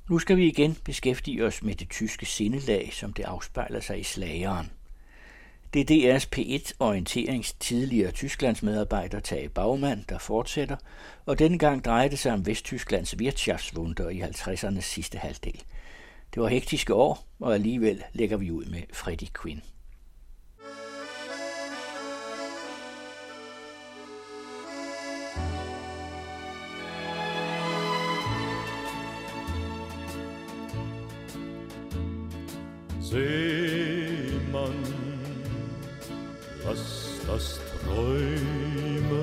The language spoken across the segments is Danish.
Nu skal vi igen beskæftige os med det tyske sindelag, som det afspejler sig i slageren. Det er DR's P1-orienterings tidligere Tysklandsmedarbejder Tage Baumann, der fortsætter, og denne gang drejer det sig om Vesttysklands Wirtschaftswunder i 50'ernes sidste halvdel. Det var hektiske år, og alligevel lægger vi ud med Freddie Quinn. Seemann, lass das träumen,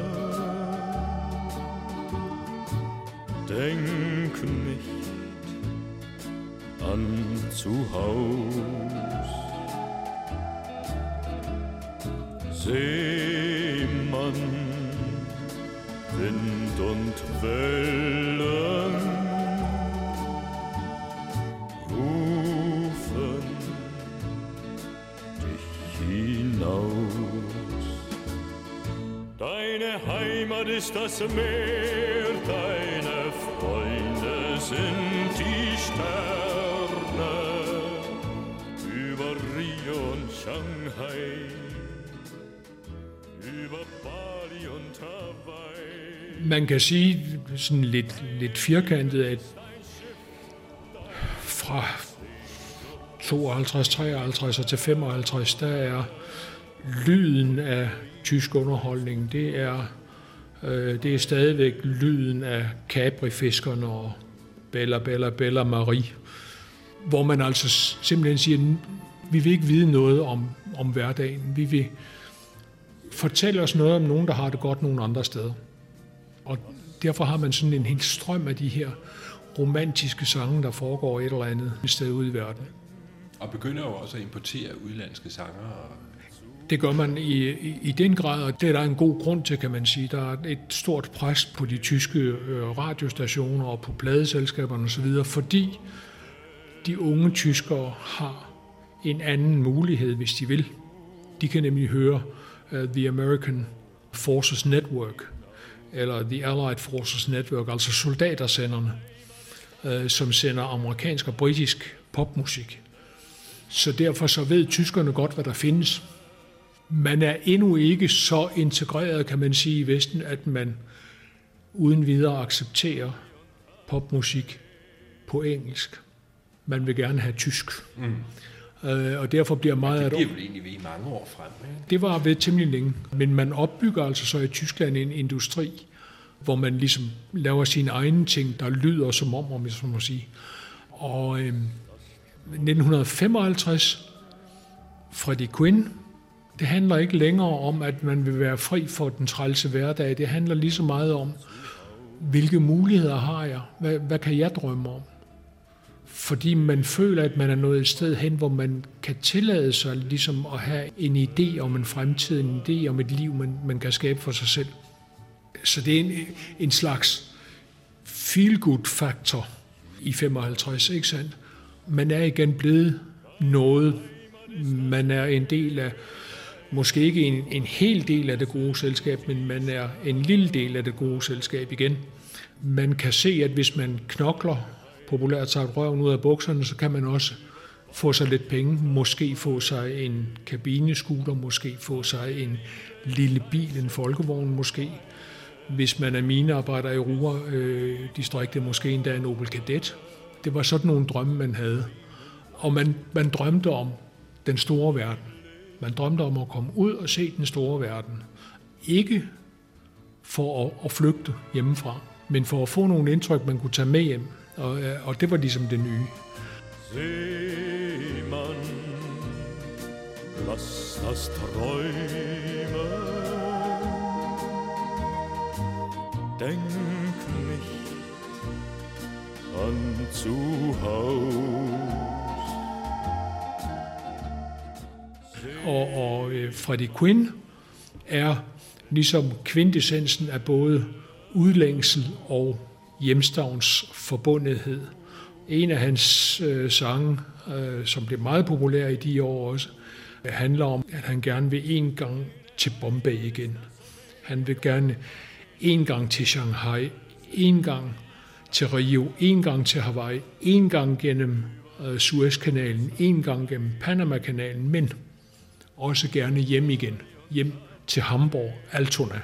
denk nicht an zu Haus. Seemann, Wind und Wellen Deine Heimat ist das Meer, deine Freunde sind die Sterne über Rio und Shanghai, über Bali und Hawaii. Man kan sige sådan lidt firkantet, at fra 52, 53 og til 55, der er lyden af tysk underholdning, det er stadigvæk lyden af Capri-fiskerne og Bella, Bella, Bella Marie, hvor man altså simpelthen siger, vi vil ikke vide noget om hverdagen. Vi vil fortælle os noget om nogen, der har det godt nogle andre steder. Og derfor har man sådan en hel strøm af de her romantiske sange, der foregår et eller andet sted ude i verden. Og begynder jo også at importere udlandske sanger. Det gør man i den grad, og det er der en god grund til, kan man sige. Der er et stort pres på de tyske radiostationer og på pladeselskaberne osv., fordi de unge tyskere har en anden mulighed, hvis de vil. De kan nemlig høre The American Forces Network, eller The Allied Forces Network, altså soldatersenderne, som sender amerikansk og britisk popmusik. Så derfor så ved tyskerne godt, hvad der findes. Man er endnu ikke så integreret, kan man sige, i Vesten, at man uden videre accepterer popmusik på engelsk. Man vil gerne have tysk. Og derfor bliver meget... Det bliver jo egentlig ved i mange år frem. Ikke? Det var ved temmelig længe. Men man opbygger altså så i Tyskland en industri, hvor man ligesom laver sine egne ting, der lyder som om jeg så må sige. Og 1955, Freddie Quinn, det handler ikke længere om, at man vil være fri for den trælse hverdag. Det handler lige så meget om, hvilke muligheder har jeg? Hvad kan jeg drømme om? Fordi man føler, at man er nået et sted hen, hvor man kan tillade sig ligesom at have en idé om en fremtid, en idé om et liv, man kan skabe for sig selv. Så det er en slags feel-good-faktor i 55, ikke sandt? Man er igen blevet noget. Man er en del af, måske ikke en hel del af det gode selskab, men man er en lille del af det gode selskab igen. Man kan se, at hvis man knokler, populært sagt røven ud af bukserne, så kan man også få sig lidt penge, måske få sig en kabinescooter, måske få sig en lille bil, en folkevogn måske. Hvis man er minearbejder i Ruhr-distriktet, måske endda en Opel Kadett. Det var sådan nogle drømme, man havde. Og man drømte om den store verden. Man drømte om at komme ud og se den store verden. Ikke for at flygte hjemmefra, men for at få nogle indtryk, man kunne tage med hjem. Og det var ligesom det nye. Seemann, lass das träumen, denk nicht an zu Haus. Og Freddie Quinn er ligesom kvintessensen af både udlængsel og hjemstavns forbundethed. En af hans sange, som blev meget populær i de år også, handler om, at han gerne vil en gang til Bombay igen. Han vil gerne en gang til Shanghai, en gang til Rio, 1 gang til Hawaii, 1 gang gennem Suezkanalen, 1 gang gennem Panamakanalen, men også gerne hjem igen, hjem til Hamburg, Altona.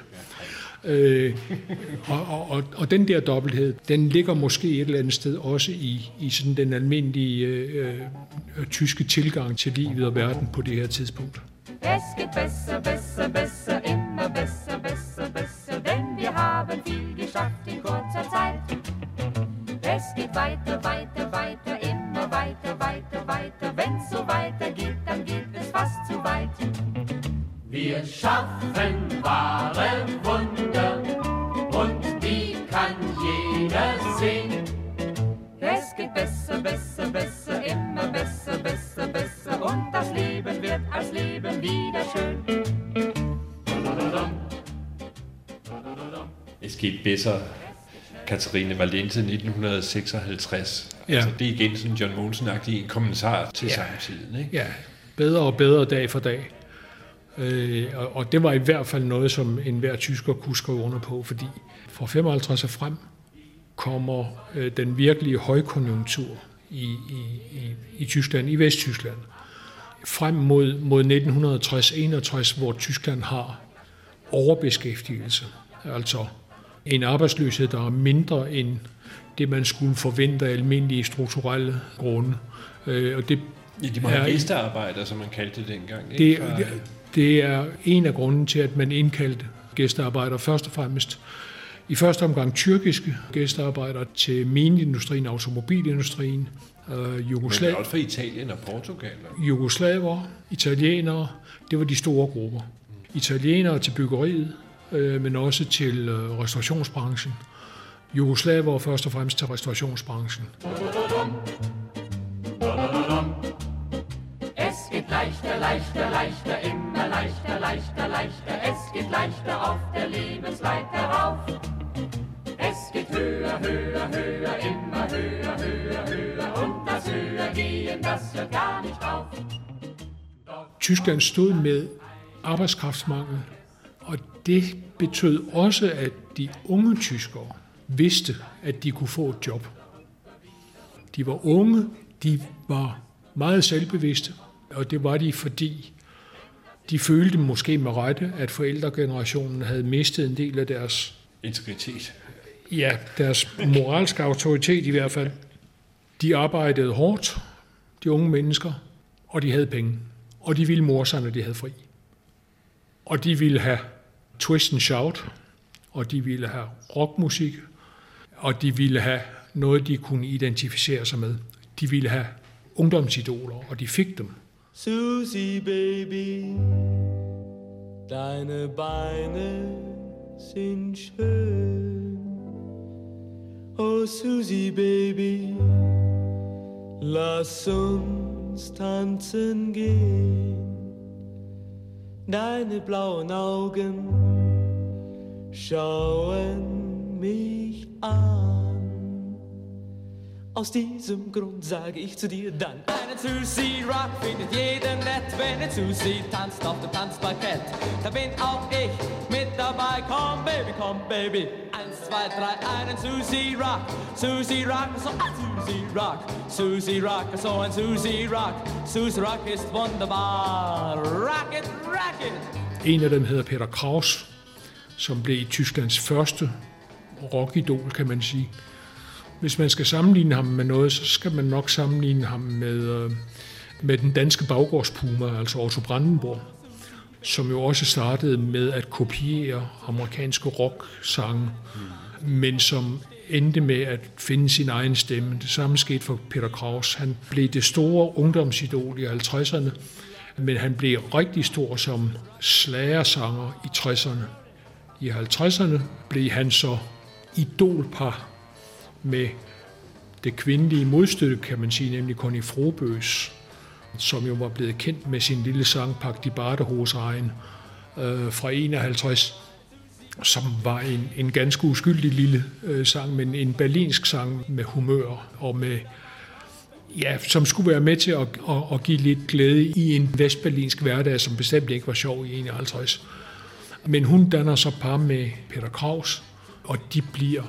Og den der dobbelthed, den ligger måske et eller andet sted også i sådan den almindelige tyske tilgang til livet og verden på det her tidspunkt. Es geht besser, besser, besser, immer besser, besser, besser, denn wir haben viel geschafft in kurzer Zeit. Es geht weiter, weiter, weiter, immer weiter, weiter, weiter. Wenn's so weitergeht, dann geht es fast zu weit. Wir schaffen wahre Wunder und die kann jeder sehen. Es geht besser, besser, besser, immer besser, besser, besser und das Leben wird als Leben wieder schön. Es geht besser, Katharine Valente, 1956. Ja. Altså, det er igen sådan John Mogensen-agtig en kommentar til samtiden, ikke? Ja, bedre og bedre dag for dag. Og det var i hvert fald noget, som enhver tysker kunne skrive under på, fordi fra 55 og frem kommer den virkelige højkonjunktur i Tyskland, i Vesttyskland, frem mod 1960-61, hvor Tyskland har overbeskæftigelse. Altså en arbejdsløshed, der er mindre end det, man skulle forvente af almindelige strukturelle grunde. Og det de mange gæstearbejder, som man kaldte det dengang. Ikke? Det er en af grunden til, at man indkaldte gæstearbejdere først og fremmest. I første omgang tyrkiske gæstearbejdere til mineindustrien, automobilindustrien, Men også fra Italien og Portugal. Jugoslaver, italienere, det var de store grupper. Italienere til byggeriet, men også til restaurationsbranchen. Jugoslaver først og fremmest til restaurationsbranchen. Es geht leichter, leichter, leichter, immer leichter, leichter, leichter. Es geht leichter auf der Lebensleiter rauf. Es geht höher, höher, höher, immer höher, höher, höher. Und das Höhergehen, das hört gar nicht auf. Tyskland stod med arbejdskraftsmangel, og det betød også, at de unge tyskere vidste, at de kunne få et job. De var unge, de var meget selvbevidste, og det var de, fordi de følte måske med rette, at forældregenerationen havde mistet en del af deres integritet. Ja, deres moralske autoritet i hvert fald. De arbejdede hårdt, de unge mennesker, og de havde penge. Og de ville more sig, når de havde fri. Og de ville have twist and shout, og de ville have rockmusik, og de ville have noget, de kunne identificere sig med. De ville have ungdomsidoler, og de fik dem. Susie Baby, deine Beine sind schön. Oh Susie Baby, lass uns tanzen gehen. Deine blauen Augen schauen mich an. Aus diesem Grund sage ich zu dir dann: Einen Susie Rock findet jeder nett, wenn ein Susie tanzt auf dem Tanzparkett. Da bin auch ich mit dabei. Komm Baby, 1, 2, 3, einen Susie Rock, Susie Rock, so ein Susie Rock, Susie Rock, so ein Susie Rock, Susie Rock ist wunderbar. Rock it, rock it. En af dem hedder Peter Kraus, som blev Tysklands første rockidol, kan man sige. Hvis man skal sammenligne ham med noget, så skal man nok sammenligne ham med den danske baggårdspuma, altså Otto Brandenburg, som jo også startede med at kopiere amerikanske rock-sange, men som endte med at finde sin egen stemme. Det samme skete for Peter Kraus. Han blev det store ungdomsidol i 50'erne, men han blev rigtig stor som slagersanger i 60'erne. I 50'erne blev han så idolpar med det kvindelige modstykke, kan man sige, nemlig Connie Frobøs, som jo var blevet kendt med sin lille sang Pak die Badehose rein fra 51, som var en ganske uskyldig lille sang, men en berlinsk sang med humør og med, ja, som skulle være med til at give lidt glæde i en vestberlinsk hverdag, som bestemt ikke var sjov i 51. Men hun danner så par med Peter Kraus, og de bliver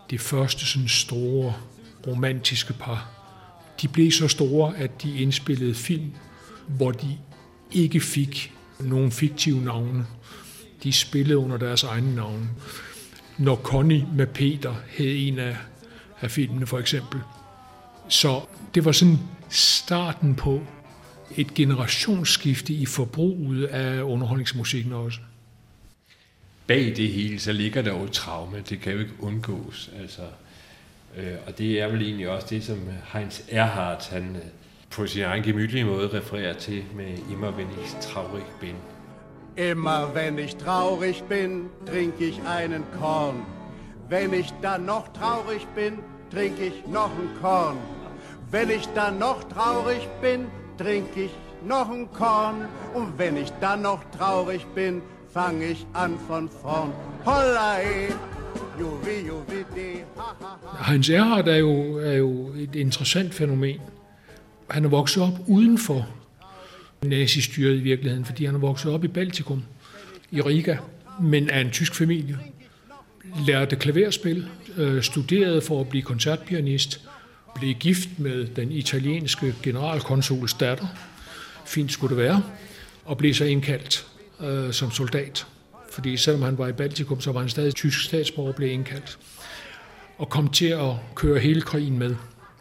det første sådan store romantiske par. De blev så store, at de indspillede film, hvor de ikke fik nogen fiktive navne. De spillede under deres egne navne. Når Connie med Peter hed en af filmene for eksempel. Så det var sådan starten på et generationsskifte i forbruget af underholdningsmusikken også. Bag det hele, så ligger der jo et traume. Det kan jo ikke undgås. Altså, og det er vel egentlig også det, som Heinz Erhardt, han på sin egen gemytlige måde refererer til med Immer wenn ich traurig bin. Immer wenn ich traurig bin, trink ich einen Korn. Wenn ich dann noch traurig bin, trink ich noch ein Korn. Wenn ich dann noch traurig bin, trink ich noch ein Korn. Und wenn ich dann noch traurig bin, fang ich an von vorn. Hollai! Heinz Erhardt er jo et interessant fænomen. Han er vokset op uden for nazistyret i virkeligheden, fordi han er vokset op i Baltikum, i Riga, men er en tysk familie. Lærte klaverspil, studerede for at blive koncertpianist, blev gift med den italienske generalkonsuls datter, fint skulle det være, og blev så indkaldt som soldat. Fordi selvom han var i Baltikum, så var han stadig tysk statsborger og blev indkaldt. Og kom til at køre hele krigen med.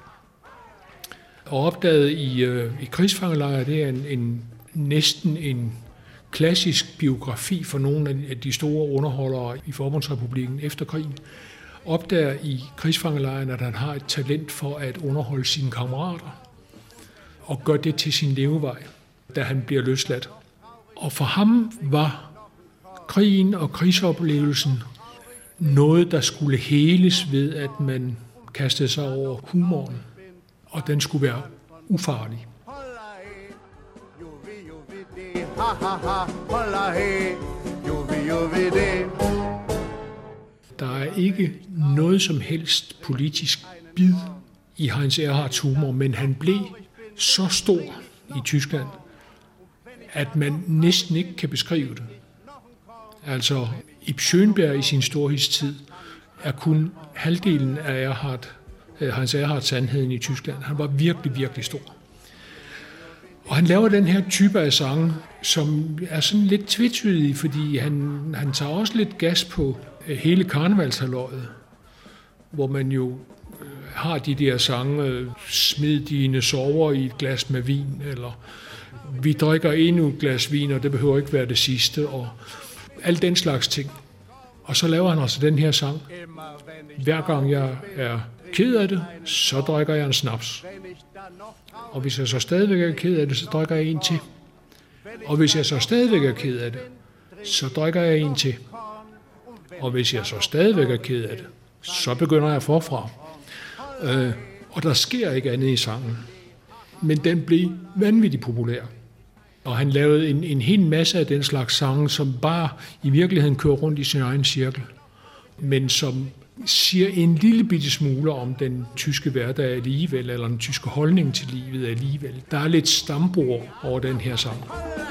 Og opdagede i krigsfangelejre, det er næsten en klassisk biografi for nogle af de store underholdere i Forbundsrepublikken efter krigen. Opdager i krigsfangelejren, at han har et talent for at underholde sine kammerater. Og gør det til sin levevej, da han bliver løsladt. Og for ham var krigen og krigsoplevelsen noget, der skulle heles ved, at man kastede sig over humoren, og den skulle være ufarlig. Der er ikke noget som helst politisk bid i Heinz Erhardts humor, men han blev så stor i Tyskland, at man næsten ikke kan beskrive det. Altså, Ib Schönberg i sin storhedstid er kun halvdelen af Heinz Erhardts sandheden i Tyskland. Han var virkelig, virkelig stor. Og han laver den her type af sange, som er sådan lidt tvetydige, fordi han tager også lidt gas på hele karnevalshalløjet, hvor man jo har de der sange, smid dine sorger i et glas med vin, eller vi drikker endnu et glas vin, og det behøver ikke være det sidste, og alt den slags ting. Og så laver han også den her sang. Hver gang jeg er ked af det, så drikker jeg en snaps. Og hvis jeg så stadigvæk er ked af det, så drikker jeg en til. Og hvis jeg så stadigvæk er ked af det, så drikker jeg en til. Og hvis jeg så stadigvæk er ked af det, så begynder jeg forfra. Og der sker ikke andet i sangen. Men den blev vanvittigt populær. Og han lavede en hel masse af den slags sange, som bare i virkeligheden kører rundt i sin egen cirkel. Men som siger en lille bitte smule om den tyske hverdag alligevel, eller den tyske holdning til livet alligevel. Der er lidt stambord over den her sang.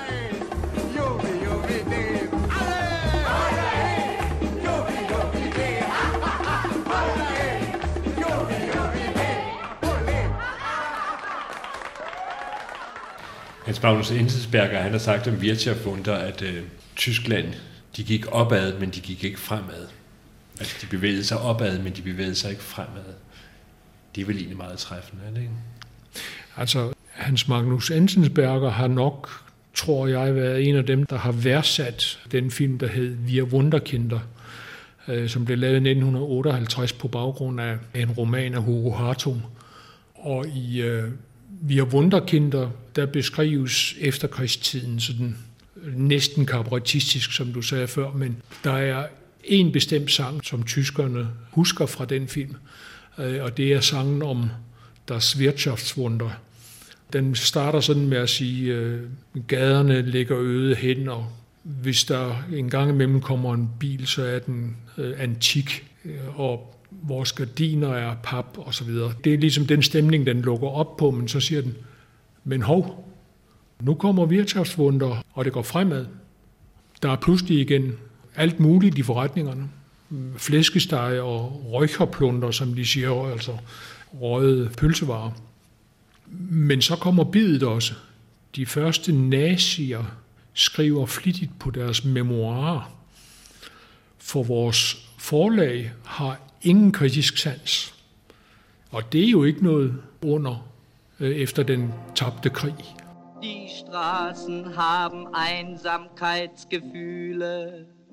Hans Magnus Enzensberger, han har sagt om Wirtschaftswunder, at Tyskland, de gik opad, men de gik ikke fremad. Altså, de bevægede sig opad, men de bevægede sig ikke fremad. Det er vel egentlig meget træffende, er det ikke? Altså, Hans Magnus Enzensberger har nok, tror jeg, været en af dem, der har værdsat den film, der hed Wir Wunderkinder, som blev lavet i 1958 på baggrund af en roman af Hugo Hartung. Og i Wir Wunderkinder, der beskrives efterkrigstiden sådan næsten kabaretistisk, som du sagde før, men der er en bestemt sang, som tyskerne husker fra den film, og det er sangen om Das Wirtschaftswunder. Den starter sådan med at sige, gaderne ligger øde hen, og hvis der en gang imellem kommer en bil, så er den antik, og vores gardiner er pap og så videre. Det er ligesom den stemning, den lukker op på, men så siger den, men hov, nu kommer Wirtschaftswunder, og det går fremad. Der er pludselig igen alt muligt i forretningerne. flæskesteg og røgherplunder, som de siger, altså røgede pølsevarer. Men så kommer bidet også. De første nazier skriver flittigt på deres memoirer, for vores forlag har ingen kritisk sans. Og det er jo ikke noget under efter den tabte krig. Die Straßen haben Einsamkeitsgefühle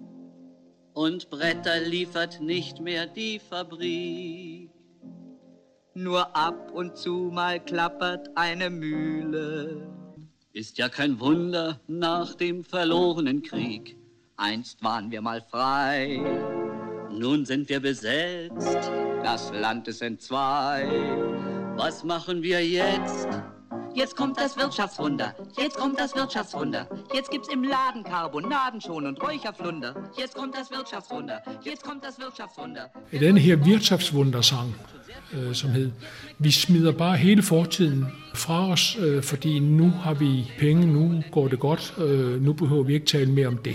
und Bretter liefert nicht mehr die Fabrik. Nur ab und zu mal klappert eine Mühle. Ist ja kein Wunder nach dem verlorenen Krieg. Einst waren wir mal frei, nun sind wir besetzt, das Land ist entzwei. Was machen wir jetzt? Jetzt kommt das Wirtschaftswunder, jetzt kommt das Wirtschaftswunder. Jetzt gibt's im Laden Karbonaden schon und Räucherflunder. Jetzt kommt das Wirtschaftswunder, jetzt kommt das Wirtschaftswunder. Den her Wirtschaftswundersang, som hed, vi smider bare hele fortiden fra os, fordi nu har vi penge, nu går det godt, nu behøver vi ikke tale mere om det.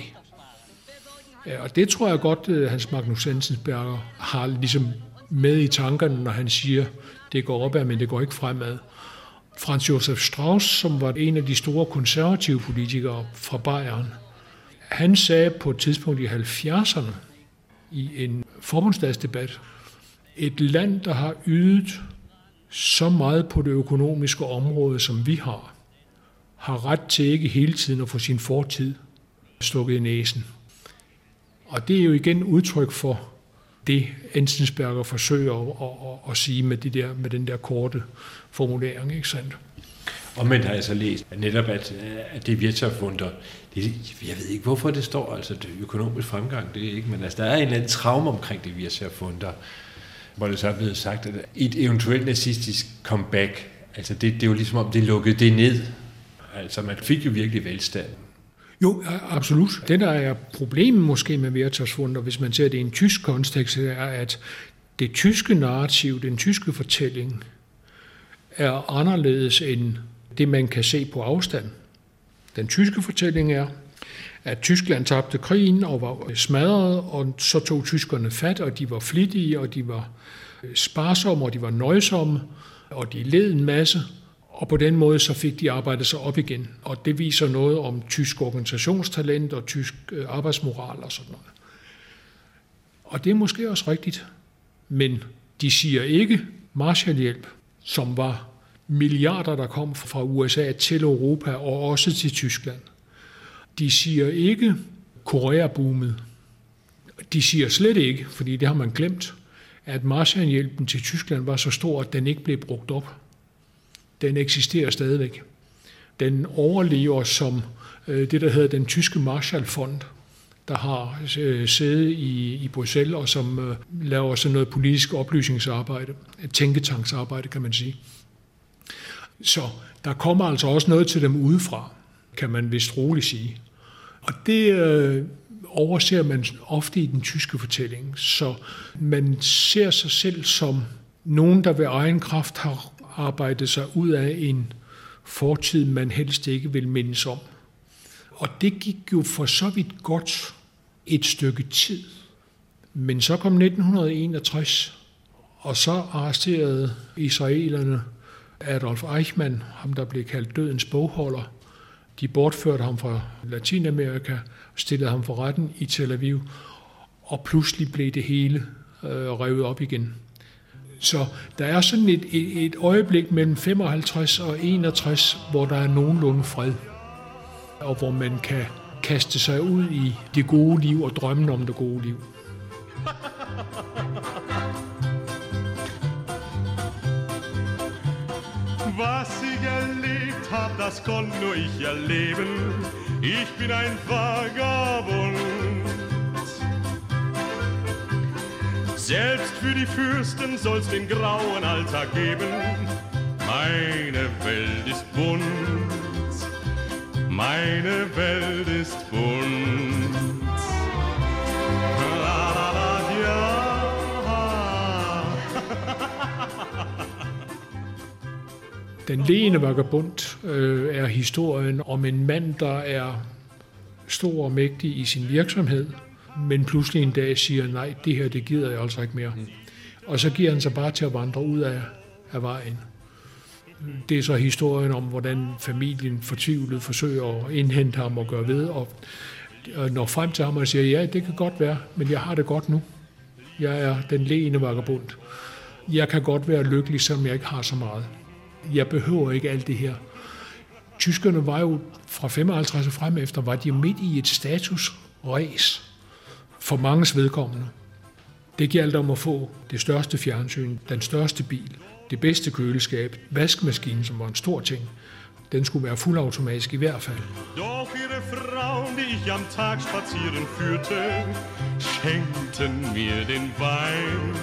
Og det tror jeg godt, Hans Magnus Enzensberger har ligesom med i tankerne, når han siger, det går opad, men det går ikke fremad. Franz Josef Strauß, som var en af de store konservative politikere fra Bayern, han sagde på et tidspunkt i 70'erne i en forbundsdagsdebat, et land, der har ydet så meget på det økonomiske område, som vi har ret til ikke hele tiden at få sin fortid stukket i næsen. Og det er jo igen udtryk for det, Enzensberger forsøger at sige med den der korte formulering, ikke sandt? Og man har altså læst netop, at det Wirtschaftswunder, jeg ved ikke, hvorfor det står, altså det økonomisk fremgang, det er ikke, men altså der er en eller anden traume omkring det Wirtschaftswunder, hvor det så er blevet sagt, at et eventuelt nazistisk comeback, altså det er jo ligesom om det lukkede det ned. Altså man fik jo virkelig velstand. Jo, absolut. Det, der er problemet måske med Wirtschaftswunder, hvis man ser det i en tysk kontekst, er, at det tyske narrativ, den tyske fortælling, er anderledes end det, man kan se på afstand. Den tyske fortælling er, at Tyskland tabte krigen og var smadret, og så tog tyskerne fat, og de var flittige, og de var sparsomme, og de var nøjsomme, og de led en masse. Og på den måde så fik de arbejdet sig op igen. Og det viser noget om tysk organisationstalent og tysk arbejdsmoral og sådan noget. Og det er måske også rigtigt. Men de siger ikke Marshallhjælp, som var milliarder, der kom fra USA til Europa og også til Tyskland. De siger ikke Korea-boomet. De siger slet ikke, fordi det har man glemt, at Marshallhjælpen til Tyskland var så stor, at den ikke blev brugt op. Den eksisterer stadigvæk. Den overlever som det, der hedder den tyske Marshallfond, der har sæde i Bruxelles, og som laver sådan noget politisk oplysningsarbejde, et tænketanksarbejde, kan man sige. Så der kommer altså også noget til dem udefra, kan man vist roligt sige. Og det overser man ofte i den tyske fortælling. Så man ser sig selv som nogen, der ved egen kraft har arbejdet sig ud af en fortid, man helst ikke vil mindes om. Og det gik jo for så vidt godt et stykke tid. Men så kom 1961, og så arresterede israelerne Adolf Eichmann, ham der blev kaldt dødens bogholder. De bortførte ham fra Latinamerika, stillede ham for retten i Tel Aviv, og pludselig blev det hele revet op igen. Så der er sådan et øjeblik mellem 55 og 61, hvor der er nogenlunde fred, og hvor man kan kaste sig ud i det gode liv og drømmen om det gode liv. Was ich erlebt hab, das konnt nur ich erleben. Ich bin ein Vagabund. Selbst für die Fürsten soll's den grauen Alltag geben. Meine Welt ist bunt. Meine Welt ist bunt. La la la ja. Den leende vagabond er historien om en mand, der er stor og mægtig i sin virksomhed, men pludselig en dag siger, nej, det her, det gider jeg altså ikke mere. Og så giver han sig bare til at vandre ud af vejen. Det er så historien om, hvordan familien fortvivlet forsøger at indhente ham og gøre ved, og når frem til ham og siger, ja, det kan godt være, men jeg har det godt nu. Jeg er den leende vagabond. Jeg kan godt være lykkelig, selvom jeg ikke har så meget. Jeg behøver ikke alt det her. Tyskerne var jo fra 55 og frem efter, var de midt i et statusræs for manges vedkommende. Det gjaldt om at få det største fjernsyn, den største bil, det bedste køleskab, vaskemaskinen, som var en stor ting. Den skulle være fuldautomatisk i hvert fald. Doch ihre Frauen, die ich am Tag spazieren führte, schenkten mir den Wein.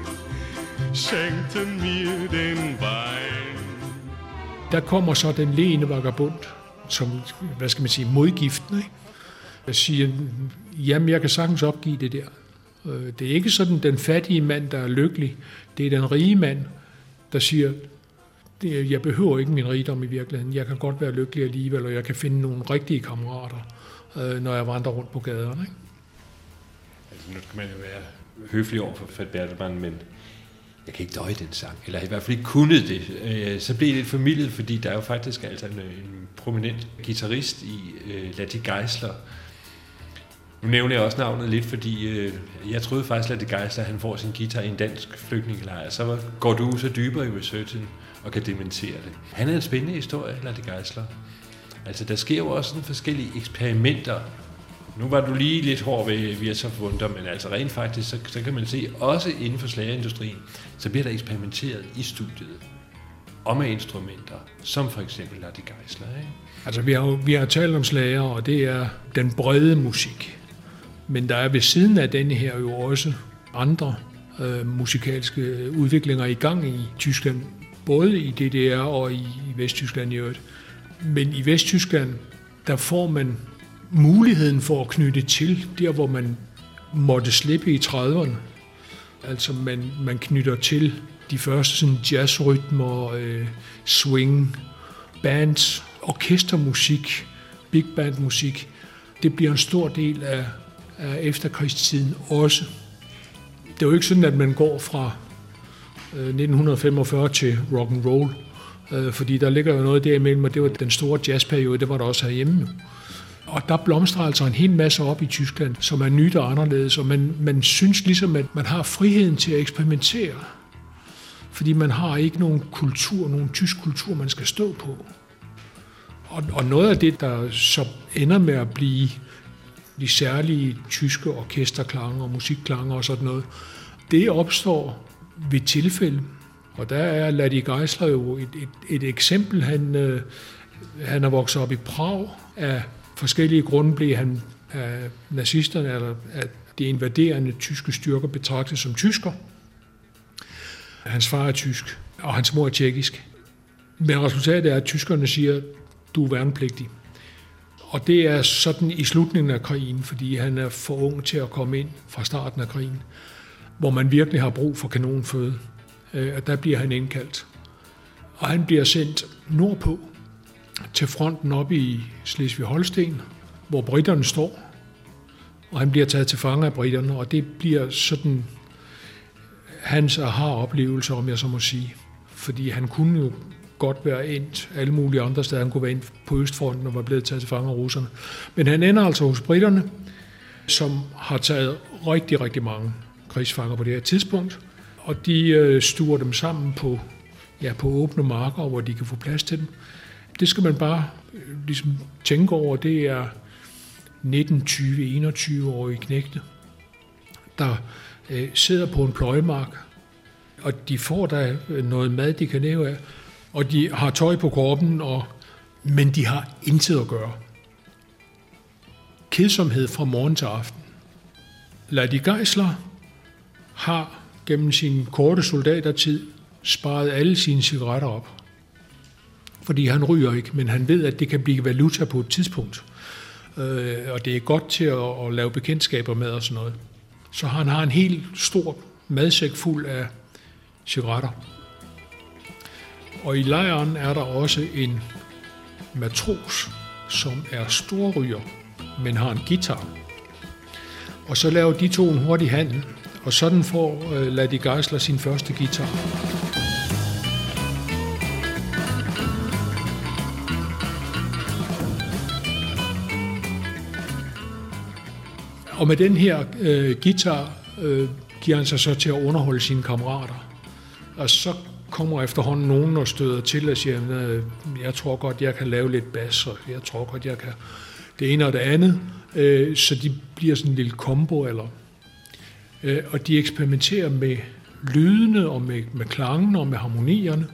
Schenkten mir den Wein. Der kommer så den leende vagabond, som, hvad skal man sige, modgiften, ikke? Jeg siger, jamen jeg kan sagtens opgive det der. Det er ikke sådan den fattige mand, der er lykkelig. Det er den rige mand, der siger, jeg behøver ikke min rigdom i virkeligheden. Jeg kan godt være lykkelig alligevel, og jeg kan finde nogle rigtige kammerater, når jeg vandrer rundt på gaderne. Ikke? Altså, nu skal man jo være høflig over for Fat Bertelmann, men jeg kan ikke døje den sang, eller i hvert fald ikke kunne det. Så blev det lidt formidlet, fordi der er jo faktisk altså en prominent guitarist i Latti Geisler. Nu nævner jeg også navnet lidt, fordi jeg troede faktisk, at Latti Geisler han får sin guitar i en dansk flygtningelejr. Så går du så dybere i researchen og kan dementere det. Han er en spændende historie, Latti Geisler. Altså, der sker jo også sådan forskellige eksperimenter. Nu var du lige lidt hård ved Virsa Wunder, men altså rent faktisk, så kan man se, også inden for slagerindustrien, så bliver der eksperimenteret i studiet og med instrumenter, som for eksempel Latti Geisler. Ikke? Altså, vi har talt om slager, og det er den brede musik. Men der er ved siden af denne her jo også andre musikalske udviklinger i gang i Tyskland, både i DDR og i Vesttyskland i øvrigt. Men i Vesttyskland, der får man muligheden for at knytte til der, hvor man måtte slippe i 30'erne. Altså man knytter til de første sådan jazzrytmer, swing, bands, orkestermusik, big band musik. Det bliver en stor del af efterkrigstiden også. Det er jo ikke sådan, at man går fra 1945 til rock and roll, fordi der ligger jo noget derimellem, og det var den store jazzperiode, det var der også herhjemme. Og der blomstrer altså en hel masse op i Tyskland, som er nyt og anderledes, og man synes ligesom, at man har friheden til at eksperimentere, fordi man har ikke nogen kultur, nogen tysk kultur, man skal stå på. Og noget af det, der så ender med at blive de særlige tyske orkesterklanger og musikklanger og sådan noget, det opstår ved tilfælde. Og der er Latti Geisler jo et eksempel. Han er vokset op i Prag. Af forskellige grunde blev han af nazisterne, eller af de invaderende tyske styrker, betragtet som tysker. Hans far er tysk, og hans mor er tjekkisk. Men resultatet er, at tyskerne siger, du er værnepligtig. Og det er sådan i slutningen af krigen, fordi han er for ung til at komme ind fra starten af krigen, hvor man virkelig har brug for kanonføde. Der bliver han indkaldt. Og han bliver sendt nordpå til fronten op i Slesvig-Holsten, hvor briterne står. Og han bliver taget til fange af briterne, og det bliver sådan hans aha-oplevelse, om jeg så må sige. Fordi han kunne jo godt være endt alle mulige andre steder. Han kunne være endt på Østfronten og var blevet taget til fange af russerne. Men han ender altså hos briterne, som har taget rigtig, rigtig mange krigsfanger på det her tidspunkt. Og de stuer dem sammen på åbne marker, hvor de kan få plads til dem. Det skal man bare ligesom tænke over. Det er 19-20-21-årige knægte, der sidder på en pløjemark, og de får der noget mad, de kan leve af, og de har tøj på kroppen, men de har intet at gøre. Kedsomhed fra morgen til aften. Latti Geisler har gennem sin korte soldatertid sparet alle sine cigaretter op. Fordi han ryger ikke, men han ved, at det kan blive valuta på et tidspunkt. Og det er godt til at lave bekendtskaber med og sådan noget. Så han har en helt stor madsæk fuld af cigaretter. Og i lejren er der også en matros, som er storryger, men har en guitar. Og så laver de to en hurtig handel, og sådan får Laddie Geisler sin første guitar. Og med den her guitar giver han sig så til at underholde sine kammerater. Og så kommer efterhånden nogen og støder til og siger, jeg tror godt, jeg kan lave lidt bas, og jeg tror godt, jeg kan det ene og det andet. Så de bliver sådan en lille kombo, og de eksperimenterer med lydene og med klangen og med harmonierne.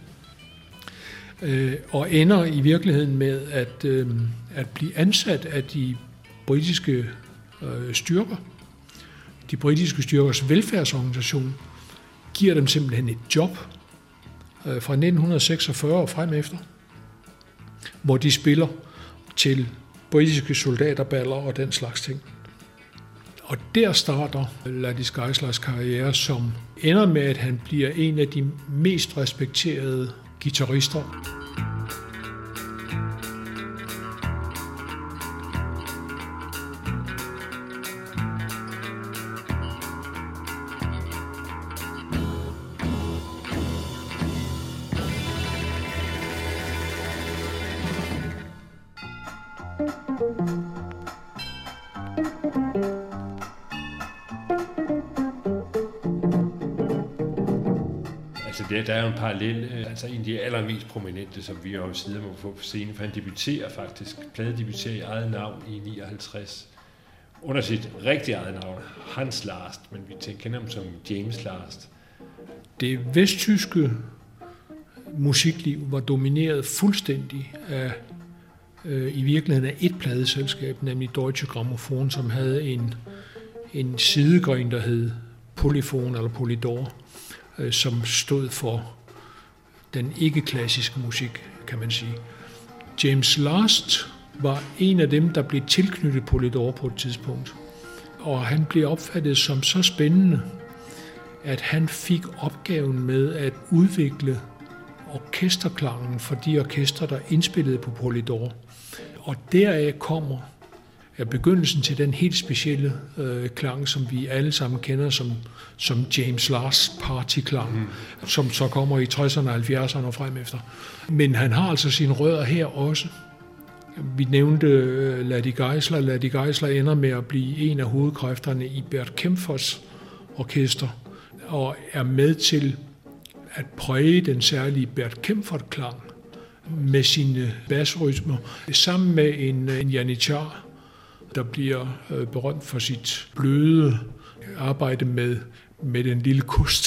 Og ender i virkeligheden med at blive ansat af de britiske styrker. De britiske styrkers velfærdsorganisation giver dem simpelthen et job fra 1946 og frem efter, hvor de spiller til britiske soldaterballer og den slags ting. Og der starter Laddie Geislers karriere, som ender med, at han bliver en af de mest respekterede guitarister. Der er jo en parallel, altså en af de allermest prominente, som vi jo sidder må få på scenen, for han debuterer faktisk, pladedebuterer i eget navn i 59, under sit rigtige eget navn, Hans Last, men vi kender ham som James Last. Det vesttyske musikliv var domineret fuldstændig af, i virkeligheden af et pladeselskab, nemlig Deutsche Grammophon, som havde en sidegren, der hed Polyphon eller Polydor, som stod for den ikke-klassiske musik, kan man sige. James Last var en af dem, der blev tilknyttet Polydor på et tidspunkt, og han blev opfattet som så spændende, at han fik opgaven med at udvikle orkesterklangen for de orkestre, der indspillede på Polydor. Og deraf kommer begyndelsen til den helt specielle klang, som vi alle sammen kender som James Last partyklang, som så kommer i 60'erne og 70'erne og frem efter. Men han har altså sine rødder her også. Vi nævnte Laddie Geisler. Laddie Geisler ender med at blive en af hovedkræfterne i Bert Kaempfers orkester, og er med til at præge den særlige Bert Kaempfer-klang med sine basrytmer, sammen med en Janitschar, der bliver berømt for sit bløde arbejde med den lille kost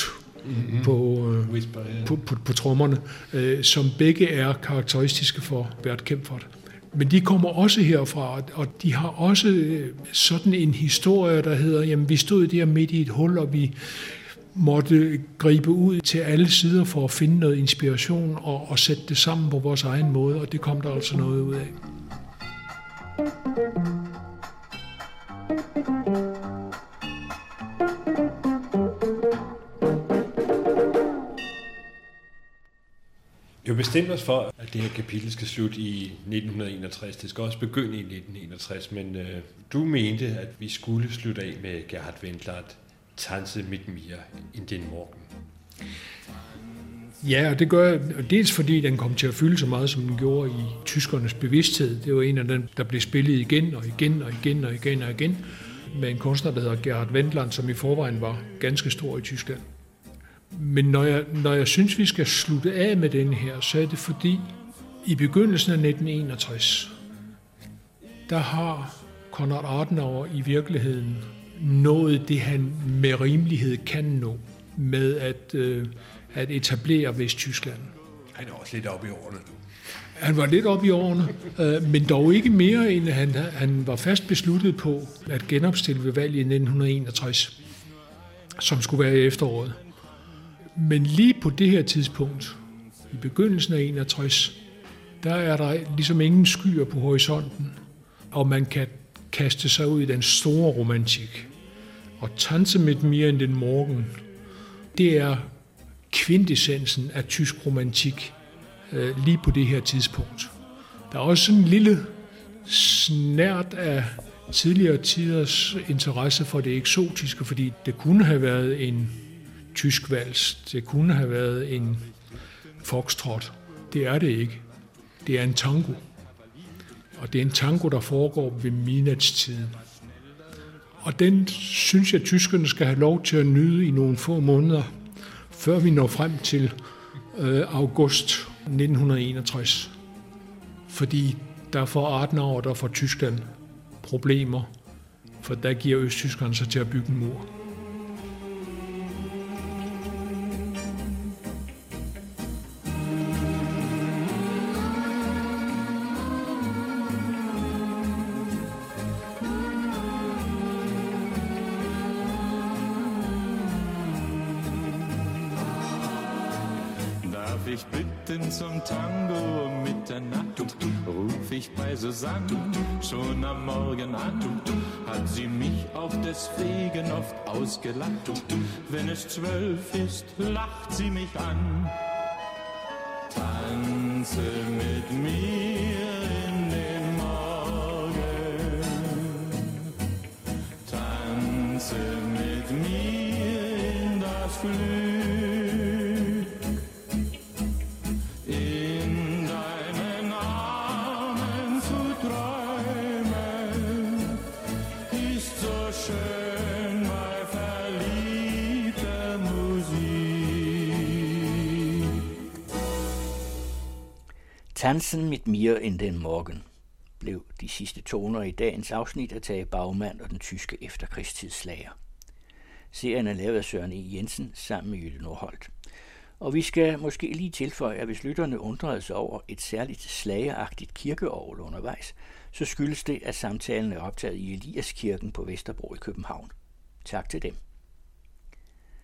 på trommerne, som begge er karakteristiske for Bert Kaempfer. Men de kommer også herfra, og de har også sådan en historie, der hedder, jamen vi stod der midt i et hul, og vi måtte gribe ud til alle sider for at finde noget inspiration og sætte det sammen på vores egen måde, og det kom der altså noget ud af. Vi har bestemt os for, at det her kapitel skal slutte i 1961. Det skal også begynde i 1961, men du mente, at vi skulle slutte af med Gerhard Wendland, Tanze mit mir in den Morgen. Ja, og det gør jeg dels fordi den kom til at fylde så meget, som den gjorde i tyskernes bevidsthed. Det var en af dem, der blev spillet igen og igen og igen og igen og igen med en kunstner, der hedder Gerhard Wendland, som i forvejen var ganske stor i Tyskland. Men når jeg synes, vi skal slutte af med den her, så er det fordi, i begyndelsen af 1961, der har Konrad Adenauer i virkeligheden nået det, han med rimelighed kan nå med at etablere Vesttyskland. Han er også lidt oppe i årene nu. Han var lidt oppe i årene, men dog ikke mere, end han var fast besluttet på at genopstille ved valget i 1961, som skulle være i efteråret. Men lige på det her tidspunkt, i begyndelsen af 61, der er der ligesom ingen skyer på horisonten, og man kan kaste sig ud i den store romantik. Og Tanze mit mir in den Morgen, det er kvintessensen af tysk romantik lige på det her tidspunkt. Der er også sådan en lille snært af tidligere tiders interesse for det eksotiske, fordi det kunne have været en tysk vals, det kunne have været en foxtrot. Det er det ikke. Det er en tango. Og det er en tango, der foregår ved midnatstiden. Og den synes jeg, tyskerne skal have lov til at nyde i nogle få måneder, før vi når frem til august 1961. Fordi der får Adenauer, der får Tyskland problemer, for der giver østtyskerne sig til at bygge en mur. Darf ich bitten zum Tango um Mitternacht, ruf ich bei Susanne schon am Morgen an. Hat sie mich auch deswegen oft ausgelacht, wenn es 12 ist, lacht sie mich an. Tanze mit mir in den Morgen, tanze mit mir in das Glück. Tanzen mit mir in den Morgen blev de sidste toner i dagens afsnit af Tage Baumann og den tyske efterkrigstidsslager. Serien er lavet af Søren E. Jensen sammen med Jytte Nordholt. Og vi skal måske lige tilføje, at hvis lytterne undrede sig over et særligt slageragtigt kirkeorgel undervejs, så skyldes det, at samtalen er optaget i Eliaskirken på Vesterbro i København. Tak til dem.